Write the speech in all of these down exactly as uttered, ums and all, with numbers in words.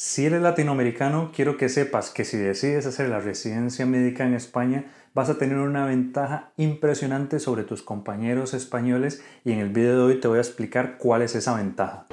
Si eres latinoamericano, quiero que sepas que si decides hacer la residencia médica en España, vas a tener una ventaja impresionante sobre tus compañeros españoles y en el video de hoy te voy a explicar cuál es esa ventaja.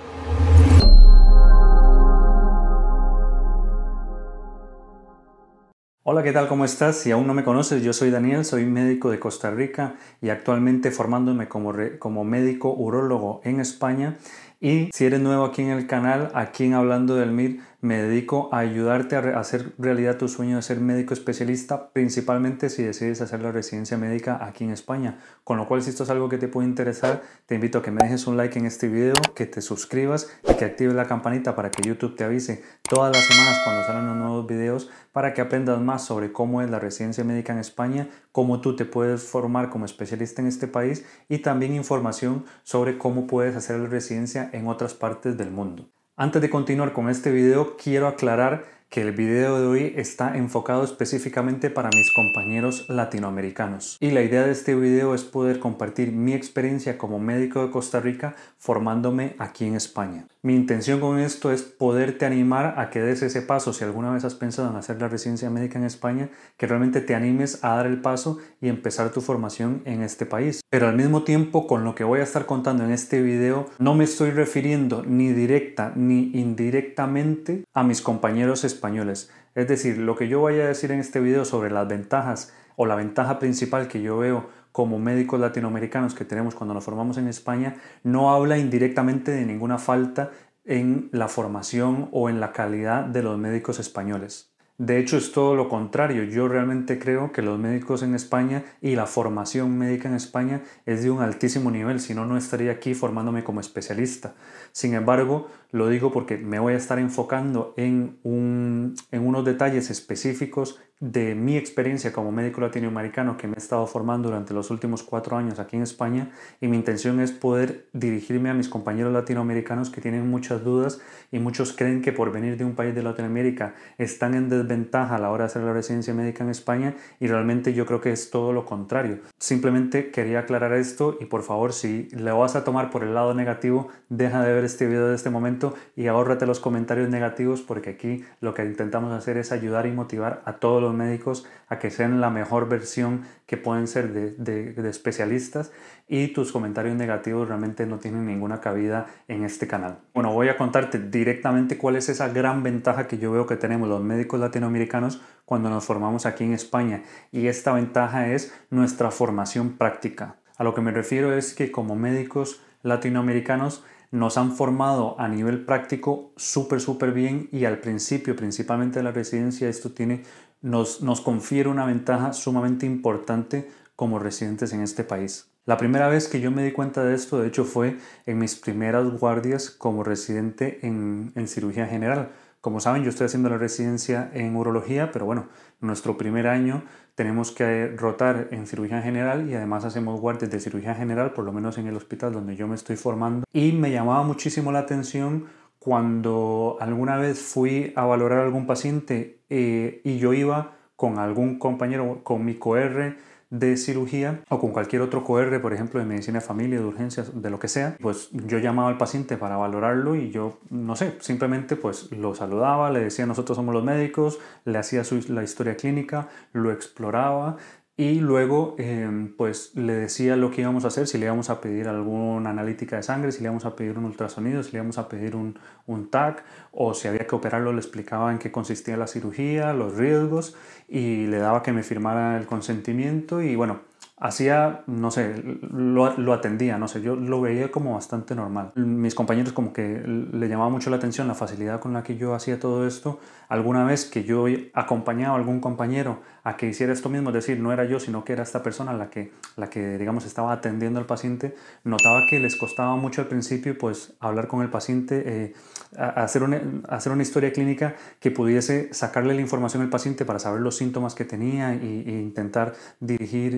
Hola, ¿qué tal? ¿Cómo estás? Si aún no me conoces, yo soy Daniel, soy médico de Costa Rica y actualmente formándome como, re, como médico urólogo en España. Y si eres nuevo aquí en el canal, aquí en Hablando del M I R, me dedico a ayudarte a, re, a hacer realidad tu sueño de ser médico especialista, principalmente si decides hacer la residencia médica aquí en España. Con lo cual, si esto es algo que te puede interesar, te invito a que me dejes un like en este video, que te suscribas y que actives la campanita para que YouTube te avise todas las semanas cuando salen los nuevos videos, para que aprendas más sobre cómo es la residencia médica en España, cómo tú te puedes formar como especialista en este país y también información sobre cómo puedes hacer la residencia en otras partes del mundo. Antes de continuar con este video, quiero aclarar que el video de hoy está enfocado específicamente para mis compañeros latinoamericanos. Y la idea de este video es poder compartir mi experiencia como médico de Costa Rica formándome aquí en España. Mi intención con esto es poderte animar a que des ese paso. Si alguna vez has pensado en hacer la residencia médica en España, que realmente te animes a dar el paso y empezar tu formación en este país. Pero al mismo tiempo, con lo que voy a estar contando en este video, no me estoy refiriendo ni directa ni indirectamente a mis compañeros españoles. Es decir, lo que yo vaya a decir en este video sobre las ventajas o la ventaja principal que yo veo como médicos latinoamericanos que tenemos cuando nos formamos en España, no habla indirectamente de ninguna falta en la formación o en la calidad de los médicos españoles. De hecho, es todo lo contrario. Yo realmente creo que los médicos en España y la formación médica en España es de un altísimo nivel, si no, no estaría aquí formándome como especialista. Sin embargo, lo digo porque me voy a estar enfocando en, un, en unos detalles específicos de mi experiencia como médico latinoamericano que me he estado formando durante los últimos cuatro años aquí en España, y mi intención es poder dirigirme a mis compañeros latinoamericanos que tienen muchas dudas y muchos creen que por venir de un país de Latinoamérica están en desventaja a la hora de hacer la residencia médica en España, y realmente yo creo que es todo lo contrario. Simplemente quería aclarar esto y por favor, si lo vas a tomar por el lado negativo, deja de ver este video de este momento y ahórrate los comentarios negativos, porque aquí lo que intentamos hacer es ayudar y motivar a todos los médicos a que sean la mejor versión que pueden ser de, de, de especialistas, y tus comentarios negativos realmente no tienen ninguna cabida en este canal. Bueno, voy a contarte directamente cuál es esa gran ventaja que yo veo que tenemos los médicos latinoamericanos cuando nos formamos aquí en España, y esta ventaja es nuestra formación práctica. A lo que me refiero es que como médicos latinoamericanos nos han formado a nivel práctico súper súper bien, y al principio, principalmente de la residencia, esto tiene, nos, nos confiere una ventaja sumamente importante como residentes en este país. La primera vez que yo me di cuenta de esto, de hecho, fue en mis primeras guardias como residente en, en cirugía general. Como saben, yo estoy haciendo la residencia en urología, pero bueno, nuestro primer año tenemos que rotar en cirugía general y además hacemos guardias de cirugía general, por lo menos en el hospital donde yo me estoy formando. Y me llamaba muchísimo la atención cuando alguna vez fui a valorar a algún paciente eh, y yo iba con algún compañero, con mi co erre de cirugía o con cualquier otro co erre, por ejemplo de medicina de familia, de urgencias, de lo que sea, pues yo llamaba al paciente para valorarlo y yo, no sé, simplemente pues lo saludaba, le decía nosotros somos los médicos, le hacía su, la historia clínica, lo exploraba y luego eh, pues le decía lo que íbamos a hacer, si le íbamos a pedir alguna analítica de sangre, si le íbamos a pedir un ultrasonido, si le íbamos a pedir un, un T A C, o si había que operarlo, le explicaba en qué consistía la cirugía, los riesgos, y le daba que me firmara el consentimiento y bueno, hacía, no sé, lo, lo atendía, no sé, yo lo veía como bastante normal. Mis compañeros como que le llamaba mucho la atención la facilidad con la que yo hacía todo esto. Alguna vez que yo acompañaba a algún compañero a que hiciera esto mismo, es decir, no era yo, sino que era esta persona la que, la que digamos, estaba atendiendo al paciente, notaba que les costaba mucho al principio pues hablar con el paciente, eh, hacer, una, hacer una historia clínica que pudiese sacarle la información al paciente para saber los síntomas que tenía y, e intentar dirigir y,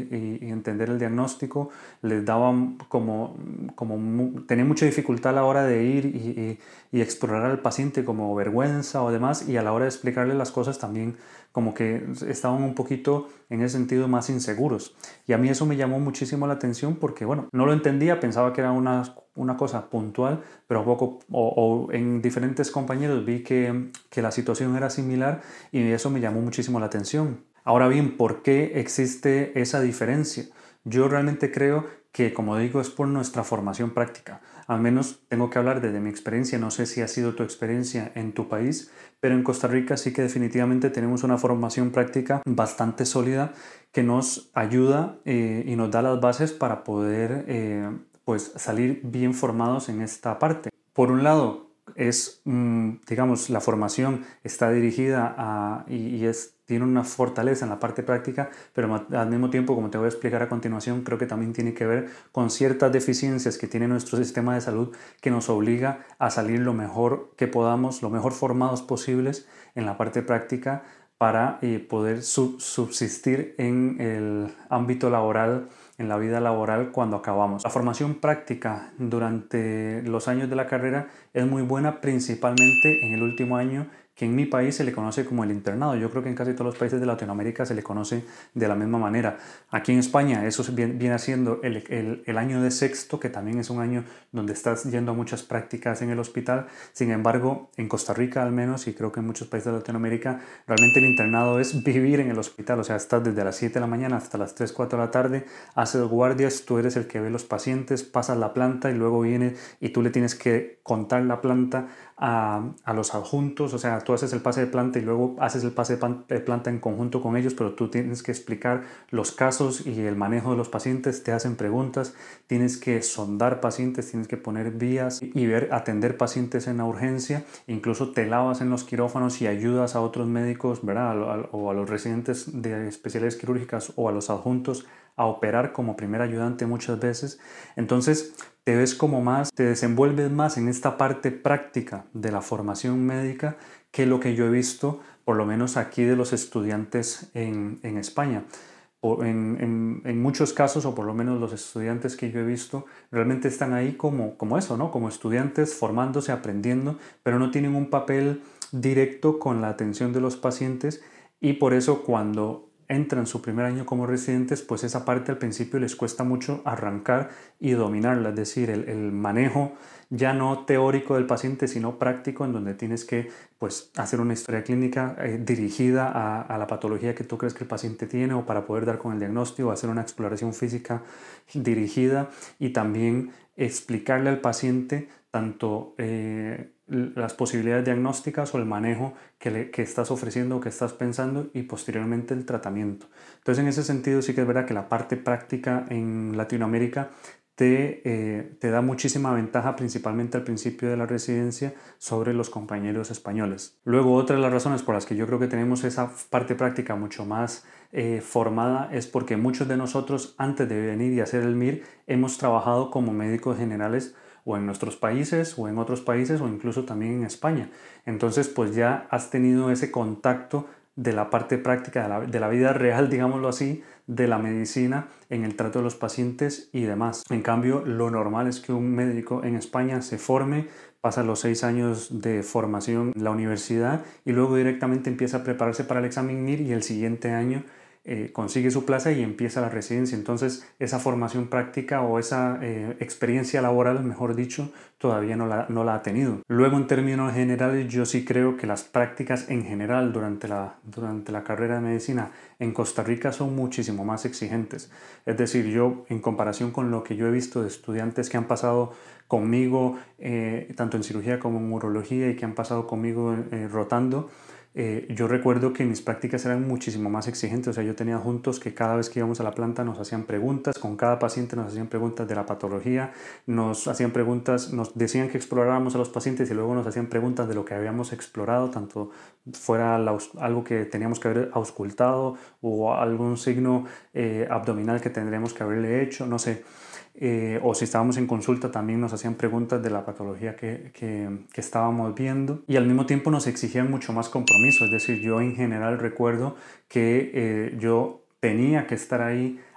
y entender el diagnóstico, les daba como, como tenía mucha dificultad a la hora de ir y, y, y explorar al paciente, como vergüenza o demás, y a la hora de explicarle las cosas también como que estaban un poquito en ese sentido más inseguros. Y a mí eso me llamó muchísimo la atención porque, bueno, no lo entendía, pensaba que era una, una cosa puntual, pero a poco o, o en diferentes compañeros vi que, que la situación era similar y eso me llamó muchísimo la atención. Ahora bien, ¿por qué existe esa diferencia? Yo realmente creo que, como digo, es por nuestra formación práctica. Al menos tengo que hablar desde mi experiencia, no sé si ha sido tu experiencia en tu país, pero en Costa Rica sí que definitivamente tenemos una formación práctica bastante sólida que nos ayuda eh, y nos da las bases para poder eh, pues salir bien formados en esta parte. Por un lado, es, digamos, la formación está dirigida a, y, y es, tiene una fortaleza en la parte práctica, pero al mismo tiempo, como te voy a explicar a continuación, creo que también tiene que ver con ciertas deficiencias que tiene nuestro sistema de salud que nos obliga a salir lo mejor que podamos, lo mejor formados posibles en la parte práctica para eh, poder sub subsistir en el ámbito laboral, en la vida laboral cuando acabamos. La formación práctica durante los años de la carrera es muy buena, principalmente en el último año, que en mi país se le conoce como el internado. Yo creo que en casi todos los países de Latinoamérica se le conoce de la misma manera. Aquí en España eso viene siendo el, el, el año de sexto, que también es un año donde estás yendo a muchas prácticas en el hospital. Sin embargo, en Costa Rica al menos, y creo que en muchos países de Latinoamérica, realmente el internado es vivir en el hospital. O sea, estás desde las siete de la mañana hasta las tres, cuatro de la tarde, haces guardias, tú eres el que ve los pacientes, pasas la planta y luego viene y tú le tienes que contar la planta a, a los adjuntos. O sea, tú haces el pase de planta y luego haces el pase de planta en conjunto con ellos, pero tú tienes que explicar los casos y el manejo de los pacientes, te hacen preguntas, tienes que sondar pacientes, tienes que poner vías y ver, atender pacientes en la urgencia, incluso te lavas en los quirófanos y ayudas a otros médicos, ¿verdad? O a los residentes de especialidades quirúrgicas o a los adjuntos a operar como primer ayudante muchas veces. Entonces te ves como más, te desenvuelves más en esta parte práctica de la formación médica que lo que yo he visto, por lo menos aquí, de los estudiantes en, en España. O en, en, en muchos casos, o por lo menos los estudiantes que yo he visto, realmente están ahí como, como eso, ¿no? Como estudiantes formándose, aprendiendo, pero no tienen un papel directo con la atención de los pacientes, y por eso cuando entran su primer año como residentes, pues esa parte al principio les cuesta mucho arrancar y dominarla, es decir, el, el manejo ya no teórico del paciente, sino práctico, en donde tienes que pues, hacer una historia clínica eh, dirigida a, a la patología que tú crees que el paciente tiene, o para poder dar con el diagnóstico, hacer una exploración física dirigida, y también explicarle al paciente tanto eh, las posibilidades diagnósticas o el manejo que, le, que estás ofreciendo o que estás pensando, y posteriormente el tratamiento. Entonces, en ese sentido sí que es verdad que la parte práctica en Latinoamérica te, eh, te da muchísima ventaja, principalmente al principio de la residencia, sobre los compañeros españoles. Luego, otra de las razones por las que yo creo que tenemos esa parte práctica mucho más eh, formada es porque muchos de nosotros, antes de venir y hacer el M I R, hemos trabajado como médicos generales o en nuestros países o en otros países, o incluso también en España. Entonces pues ya has tenido ese contacto de la parte práctica de la, de la vida real, digámoslo así, de la medicina en el trato de los pacientes y demás. En cambio, lo normal es que un médico en España se forme, pasa los seis años de formación en la universidad y luego directamente empieza a prepararse para el examen M I R, y el siguiente año Eh, consigue su plaza y empieza la residencia. Entonces esa formación práctica o esa eh, experiencia laboral, mejor dicho, todavía no la, no la ha tenido. Luego, en términos generales, yo sí creo que las prácticas en general durante la, durante la carrera de medicina en Costa Rica son muchísimo más exigentes. Es decir, yo, en comparación con lo que yo he visto de estudiantes que han pasado conmigo, eh, tanto en cirugía como en urología, y que han pasado conmigo eh, rotando, Eh, yo recuerdo que mis prácticas eran muchísimo más exigentes. O sea, yo tenía adjuntos que cada vez que íbamos a la planta nos hacían preguntas, con cada paciente nos hacían preguntas de la patología, nos hacían preguntas, nos decían que exploráramos a los pacientes y luego nos hacían preguntas de lo que habíamos explorado, tanto fuera la, algo que teníamos que haber auscultado o algún signo eh, abdominal que tendríamos que haberle hecho, no sé. Eh, o si estábamos en consulta también nos hacían preguntas de la patología que, que, que estábamos viendo, y al mismo tiempo nos exigían mucho más compromiso. Es decir, yo en general recuerdo que eh, yo tenía que estar ahí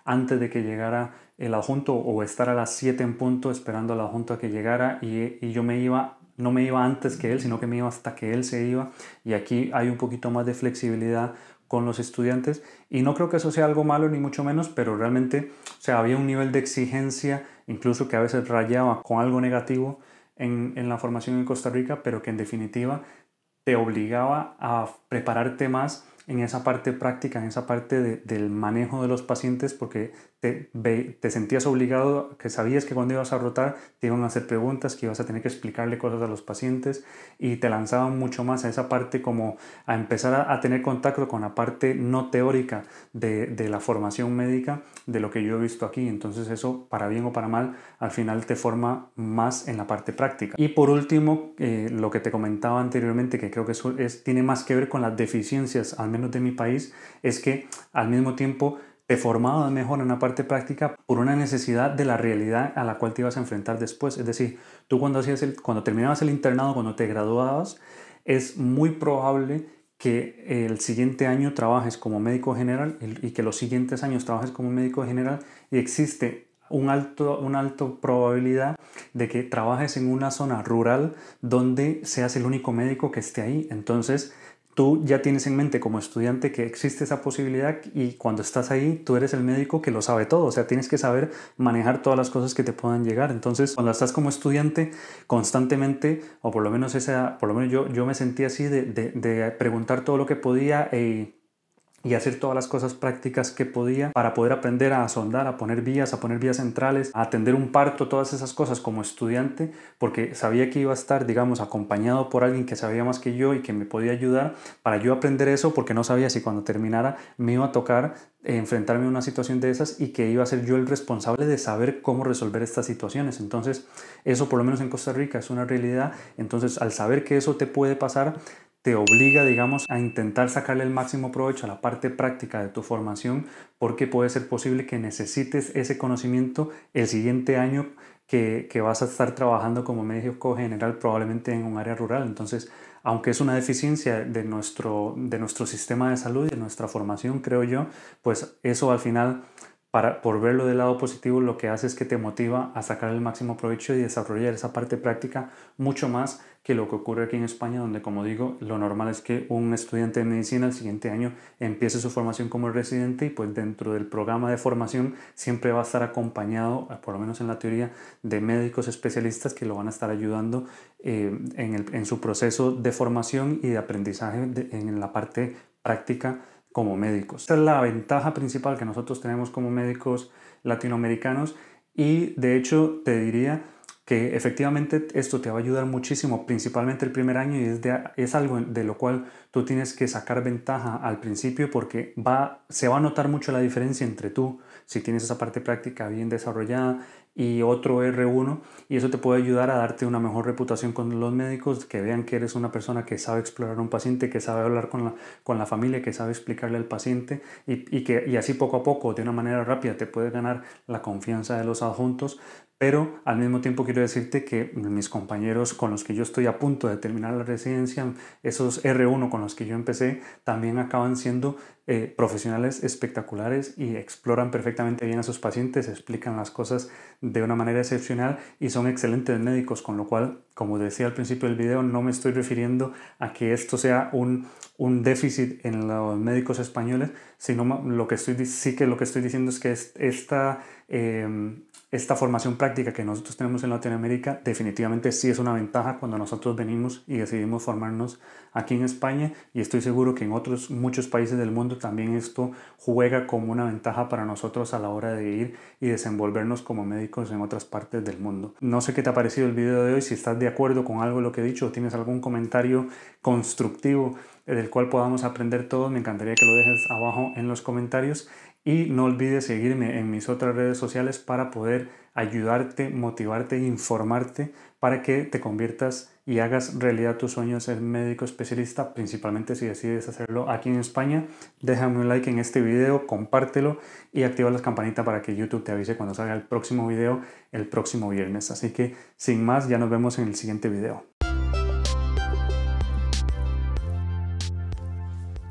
antes de que llegara el adjunto o estar a las siete en punto esperando al adjunto a que llegara y, y yo me iba, no me iba antes que él, sino que me iba hasta que él se iba, y aquí hay un poquito más de flexibilidad con los estudiantes y no creo que eso sea algo malo ni mucho menos, pero realmente, o sea, había un nivel de exigencia incluso que a veces rayaba con algo negativo en, en la formación en Costa Rica, pero que en definitiva te obligaba a prepararte más en esa parte práctica, en esa parte de, del manejo de los pacientes, porque te, te sentías obligado, que sabías que cuando ibas a rotar te iban a hacer preguntas, que ibas a tener que explicarle cosas a los pacientes y te lanzaban mucho más a esa parte, como a empezar a, a tener contacto con la parte no teórica de, de la formación médica, de lo que yo he visto aquí. Entonces eso, para bien o para mal, al final te forma más en la parte práctica. Y por último, eh, lo que te comentaba anteriormente, que creo que eso es, tiene más que ver con las deficiencias, al menos de mi país, es que al mismo tiempo te formabas mejor en la parte práctica por una necesidad de la realidad a la cual te ibas a enfrentar después. Es decir, tú cuando, hacías el, cuando terminabas el internado, cuando te graduabas, es muy probable que el siguiente año trabajes como médico general y que los siguientes años trabajes como médico general, y existe un alto, una alta probabilidad de que trabajes en una zona rural donde seas el único médico que esté ahí. Entonces tú ya tienes en mente como estudiante que existe esa posibilidad, y cuando estás ahí tú eres el médico que lo sabe todo, o sea, tienes que saber manejar todas las cosas que te puedan llegar. Entonces cuando estás como estudiante constantemente, o por lo menos esa, por lo menos yo, yo me sentía así de, de, de preguntar todo lo que podía e y hacer todas las cosas prácticas que podía para poder aprender a soldar, a poner vías, a poner vías centrales, a atender un parto, todas esas cosas como estudiante, porque sabía que iba a estar, digamos, acompañado por alguien que sabía más que yo y que me podía ayudar para yo aprender eso, porque no sabía si cuando terminara me iba a tocar eh, enfrentarme a una situación de esas y que iba a ser yo el responsable de saber cómo resolver estas situaciones. Entonces, eso por lo menos en Costa Rica es una realidad. Entonces, al saber que eso te puede pasar, te obliga, digamos, a intentar sacarle el máximo provecho a la parte práctica de tu formación, porque puede ser posible que necesites ese conocimiento el siguiente año que, que vas a estar trabajando como médico general, probablemente en un área rural. Entonces, aunque es una deficiencia de nuestro, de nuestro sistema de salud y de nuestra formación, creo yo, pues eso al final, para, por verlo del lado positivo, lo que hace es que te motiva a sacar el máximo provecho y desarrollar esa parte práctica mucho más que lo que ocurre aquí en España, donde, como digo, lo normal es que un estudiante de medicina el siguiente año empiece su formación como residente, y pues dentro del programa de formación siempre va a estar acompañado, por lo menos en la teoría, de médicos especialistas que lo van a estar ayudando eh, en, el, en su proceso de formación y de aprendizaje de, en la parte práctica como médicos. Esta es la ventaja principal que nosotros tenemos como médicos latinoamericanos, y de hecho te diría que efectivamente esto te va a ayudar muchísimo, principalmente el primer año, y es, de, es algo de lo cual tú tienes que sacar ventaja al principio, porque va, se va a notar mucho la diferencia entre tú, si tienes esa parte práctica bien desarrollada, y otro R uno, y eso te puede ayudar a darte una mejor reputación con los médicos, que vean que eres una persona que sabe explorar a un paciente, que sabe hablar con la, con la familia, que sabe explicarle al paciente, y, y, que, y así poco a poco, de una manera rápida, te puede ganar la confianza de los adjuntos. Pero al mismo tiempo quiero decirte que mis compañeros con los que yo estoy a punto de terminar la residencia, esos R uno con los que yo empecé, también acaban siendo eh, profesionales espectaculares y exploran perfectamente bien a sus pacientes, explican las cosas de una manera excepcional y son excelentes médicos, con lo cual, como decía al principio del video, no me estoy refiriendo a que esto sea un, un déficit en los médicos españoles, sino lo que estoy, sí que lo que estoy diciendo es que esta... Eh, Esta formación práctica que nosotros tenemos en Latinoamérica definitivamente sí es una ventaja cuando nosotros venimos y decidimos formarnos aquí en España, y estoy seguro que en otros muchos países del mundo también esto juega como una ventaja para nosotros a la hora de ir y desenvolvernos como médicos en otras partes del mundo. No sé qué te ha parecido el video de hoy, si estás de acuerdo con algo de lo que he dicho o tienes algún comentario constructivo del cual podamos aprender todos, me encantaría que lo dejes abajo en los comentarios. Y no olvides seguirme en mis otras redes sociales para poder ayudarte, motivarte e informarte para que te conviertas y hagas realidad tus sueños de ser médico especialista, principalmente si decides hacerlo aquí en España. Déjame un like en este video, compártelo y activa la campanita para que YouTube te avise cuando salga el próximo video el próximo viernes. Así que sin más, ya nos vemos en el siguiente video.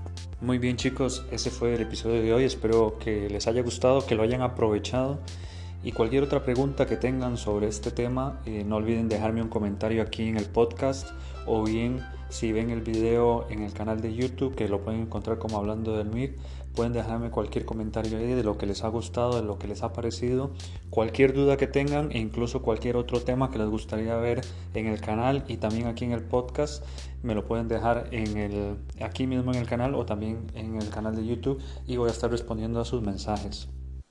Muy bien, chicos, ese fue el episodio de hoy. Espero que les haya gustado, que lo hayan aprovechado. Y cualquier otra pregunta que tengan sobre este tema, eh, no olviden dejarme un comentario aquí en el podcast, o bien si ven el video en el canal de YouTube, que lo pueden encontrar como Hablando del M I R, pueden dejarme cualquier comentario ahí de lo que les ha gustado, de lo que les ha parecido, cualquier duda que tengan e incluso cualquier otro tema que les gustaría ver en el canal y también aquí en el podcast. Me lo pueden dejar en el, aquí mismo en el canal o también en el canal de YouTube, y voy a estar respondiendo a sus mensajes.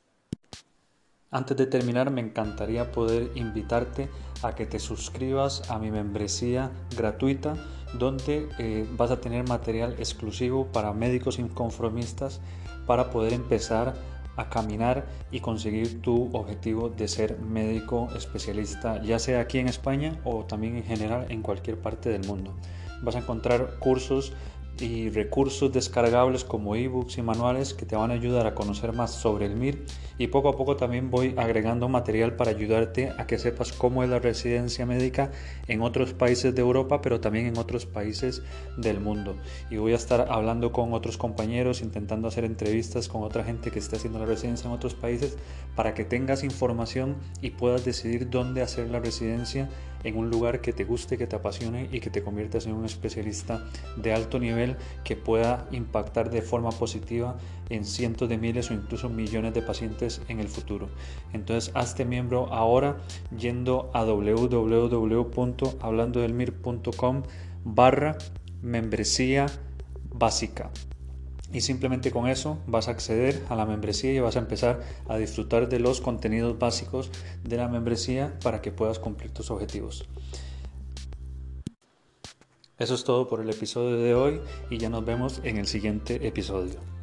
Antes de terminar, me encantaría poder invitarte a que te suscribas a mi membresía gratuita, donde eh, vas a tener material exclusivo para médicos inconformistas para poder empezar a caminar y conseguir tu objetivo de ser médico especialista, ya sea aquí en España o también en general en cualquier parte del mundo. Vas a encontrar cursos y recursos descargables como ebooks y manuales que te van a ayudar a conocer más sobre el M I R, y poco a poco también voy agregando material para ayudarte a que sepas cómo es la residencia médica en otros países de Europa, pero también en otros países del mundo. Y voy a estar hablando con otros compañeros, intentando hacer entrevistas con otra gente que esté haciendo la residencia en otros países, para que tengas información y puedas decidir dónde hacer la residencia en un lugar que te guste, que te apasione y que te conviertas en un especialista de alto nivel que pueda impactar de forma positiva en cientos de miles o incluso millones de pacientes en el futuro. Entonces, hazte miembro ahora yendo a w w w punto hablando del m i r punto com barra membresía básica. Y simplemente con eso vas a acceder a la membresía y vas a empezar a disfrutar de los contenidos básicos de la membresía para que puedas cumplir tus objetivos. Eso es todo por el episodio de hoy y ya nos vemos en el siguiente episodio.